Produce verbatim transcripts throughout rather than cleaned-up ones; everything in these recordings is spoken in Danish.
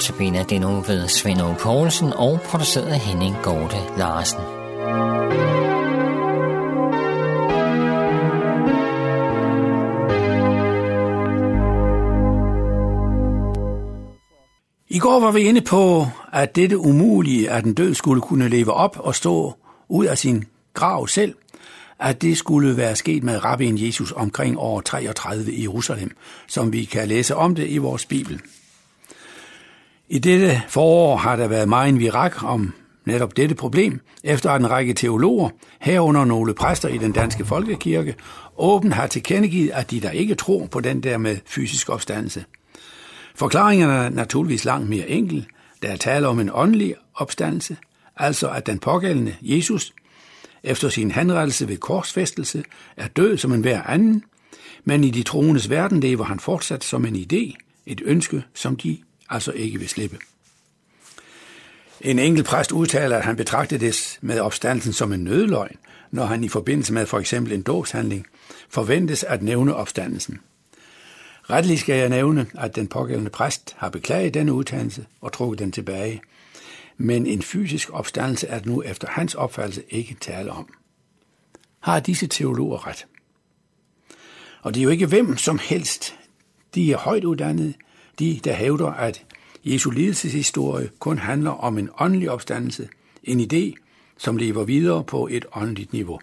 Notabene den nu ved Svend Aage Poulsen og produceret af Henning Gorte Larsen. I går var vi inde på, at dette umulige, at den død skulle kunne leve op og stå ud af sin grav selv, at det skulle være sket med rabbien Jesus omkring år treogtredive i Jerusalem, som vi kan læse om det i vores Bibel. I dette forår har der været meget virak om netop dette problem, efter at en række teologer, herunder nogle præster i den danske folkekirke, åbent har tilkendegivet, at de der ikke tror på den der med fysisk opstandelse. Forklaringen er naturligvis langt mere enkel. Der er tale om en åndelig opstandelse, altså at den pågældende Jesus, efter sin henrettelse ved korsfæstelse, er død som enhver anden, men i de troendes verden lever han fortsat som en idé, et ønske, som de altså ikke vil slippe. En enkelt præst udtaler, at han betragter det med opstandelsen som en nødløgn, når han i forbindelse med for eksempel en dåbshandling forventes at nævne opstandelsen. Retteligt skal jeg nævne, at den pågældende præst har beklaget denne udtalelse og trukket den tilbage, men en fysisk opstandelse er nu efter hans opfattelse ikke tale om. Har disse teologer ret? Og det er jo ikke hvem som helst. De er højt uddannede, de der hævder, at Jesu lidelseshistorie kun handler om en åndelig opstandelse, en idé, som lever videre på et åndeligt niveau.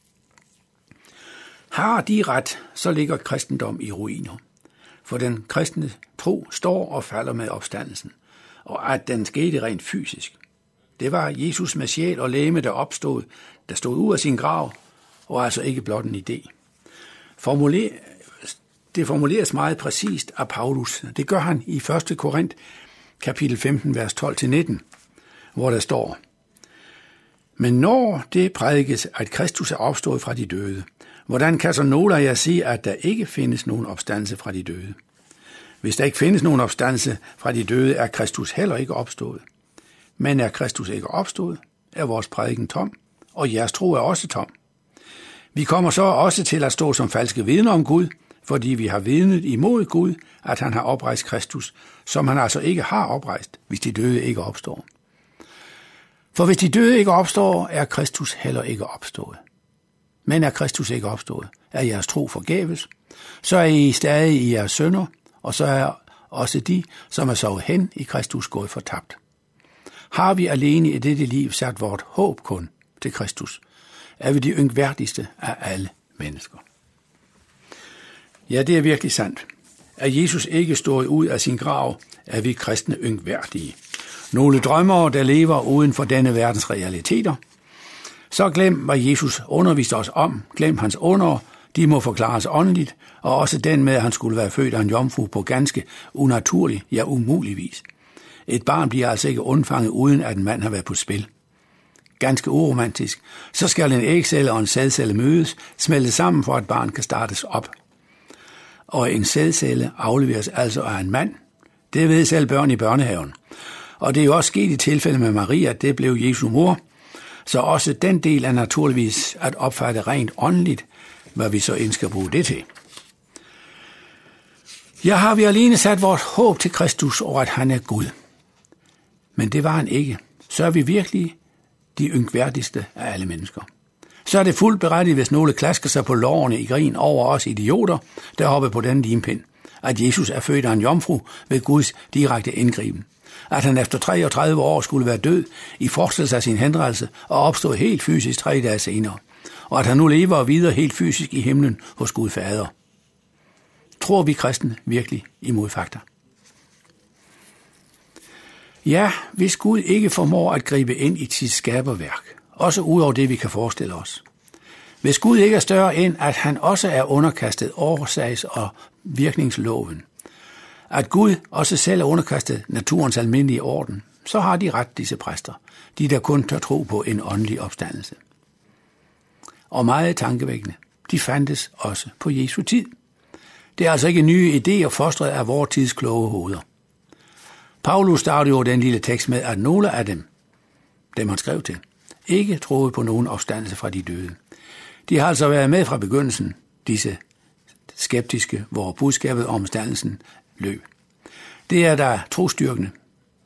Har de ret, så ligger kristendom i ruiner. For den kristne tro står og falder med opstandelsen, og at den skete rent fysisk. Det var Jesus med sjæl og legeme, der opstod, der stod ud af sin grav, og altså ikke blot en idé. Formuler, det formuleres meget præcist af Paulus. Det gør han i første Korint, kapitel femten, vers tolv til nitten, hvor der står: Men når det prædikes, at Kristus er opstået fra de døde, hvordan kan så nogle af jer sige, at der ikke findes nogen opstandelse fra de døde? Hvis der ikke findes nogen opstandelse fra de døde, er Kristus heller ikke opstået. Men er Kristus ikke opstået, er vores prædiken tom, og jeres tro er også tom. Vi kommer så også til at stå som falske vidner om Gud, fordi vi har vidnet imod Gud, at han har oprejst Kristus, som han altså ikke har oprejst, hvis de døde ikke opstår. For hvis de døde ikke opstår, er Kristus heller ikke opstået. Men er Kristus ikke opstået, er jeres tro forgæves, så er I stadig i jeres synder, og så er også de, som er sovet hen i Kristus, gået fortabt. Har vi alene i dette liv sat vort håb kun til Kristus, er vi de yngværdigste af alle mennesker. Ja, det er virkelig sandt. At Jesus ikke stod ud af sin grav, er vi kristne yngværdige. Nogle drømmere, der lever uden for denne verdens realiteter. Så glem, hvad Jesus underviste os om. Glem hans under. De må forklares åndeligt, og også den med, at han skulle være født af en jomfru på ganske unaturlig, ja umulig vis. Et barn bliver altså ikke undfanget, uden at en mand har været på spil. Ganske uromantisk. Så skal en ægcelle og en sædcelle mødes, smelte sammen, for at barn kan startes op. Og en sædcelle afleveres altså af en mand. Det ved selv børn i børnehaven. Og det er jo også sket i tilfælde med Maria, at det blev Jesu mor. Så også den del er naturligvis at opfatte rent åndeligt, hvad vi så end skal bruge det til. Ja, har vi alene sat vores håb til Kristus over, at han er Gud. Men det var han ikke. Så er vi virkelig de yngværdigste af alle mennesker. Så er det fuldt berettiget, hvis nogle klasker sig på lårene i grin over os idioter, der hopper på den limpind, at Jesus er født af en jomfru ved Guds direkte indgriben. At han efter treogtredive år skulle være død i fortsættelse af sin henrettelse og opstod helt fysisk tre dage senere. Og at han nu lever videre helt fysisk i himlen hos Gud Fader. Tror vi kristne virkelig imod fakta? Ja, hvis Gud ikke formår at gribe ind i sit skaberværk, også ud over det, vi kan forestille os. Hvis Gud ikke er større end, at han også er underkastet årsags- og virkningsloven, at Gud også selv er underkastet naturens almindelige orden, så har de ret, disse præster, de der kun tør tro på en åndelig opstandelse. Og meget tankevækkende, de fandtes også på Jesu tid. Det er altså ikke nye idéer fostret af vores tids kloge hoveder. Paulus startede jo den lille tekst med, at nogle af dem, dem han skrev til, ikke troede på nogen opstandelse fra de døde. De har altså været med fra begyndelsen, disse skeptiske, hvor budskabet om opstandelsen løb. Det er der trostyrkende.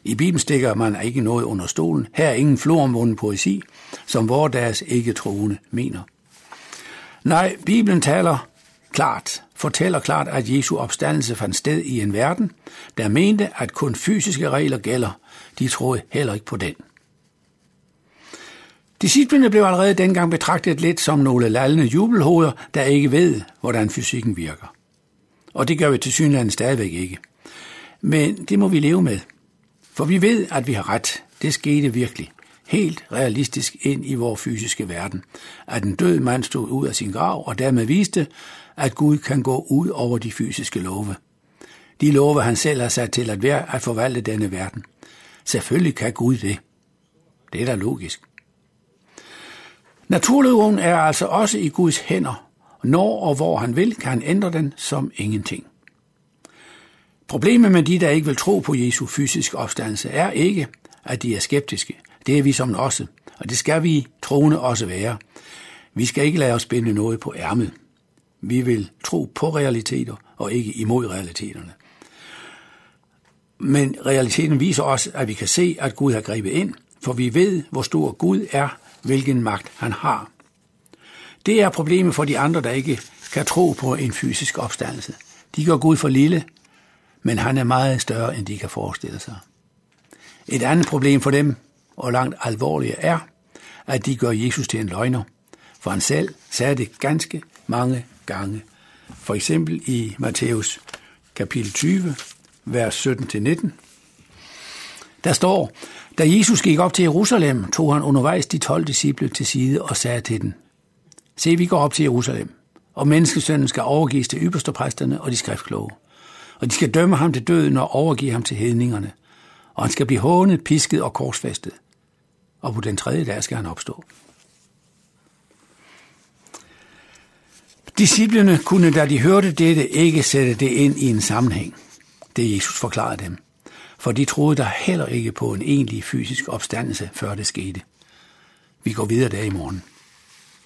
I Bibelen stikker man ikke noget under stolen. Her er ingen floromvunden poesi, som vore deres ikke troende mener. Nej, Bibelen taler klart, fortæller klart, at Jesu opstandelse fandt sted i en verden, der mente, at kun fysiske regler gælder. De troede heller ikke på den. Disciplene blev allerede dengang betragtet lidt som nogle lallende jubelhoveder, der ikke ved, hvordan fysikken virker. Og det gør vi tilsyneladende stadigvæk ikke. Men det må vi leve med. For vi ved, at vi har ret. Det skete virkelig. Helt realistisk ind i vores fysiske verden. At en død mand stod ud af sin grav, og dermed viste, at Gud kan gå ud over de fysiske love. De love, han selv har sat til at være at forvalte denne verden. Selvfølgelig kan Gud det. Det er da logisk. Naturloven er altså også i Guds hænder. Når og hvor han vil, kan han ændre den som ingenting. Problemet med de, der ikke vil tro på Jesu fysiske opstandelse, er ikke, at de er skeptiske. Det er vi som også, og det skal vi troende også være. Vi skal ikke lade os binde noget på ærmet. Vi vil tro på realiteter og ikke imod realiteterne. Men realiteten viser også, at vi kan se, at Gud har grebet ind, for vi ved, hvor stor Gud er, hvilken magt han har. Det er problemet for de andre, der ikke kan tro på en fysisk opstandelse. De gør Gud for lille, men han er meget større, end de kan forestille sig. Et andet problem for dem, og langt alvorligere, er, at de gør Jesus til en løgner. For han selv sagde det ganske mange gange. For eksempel i Matthæus kapitel tyve, vers sytten til nitten. Der står, da Jesus gik op til Jerusalem, tog han undervejs de tolv disciple til side og sagde til dem, se, vi går op til Jerusalem, og menneskesønnen skal overgives til ypperstepræsterne og de skriftkloge. Og de skal dømme ham til døden og overgive ham til hedningerne. Og han skal blive hånet, pisket og korsfæstet. Og på den tredje dag skal han opstå. Disciplene kunne, da de hørte dette, ikke sætte det ind i en sammenhæng. Det Jesus forklarede dem. For de troede der heller ikke på en egentlig fysisk opstandelse, før det skete. Vi går videre der i morgen.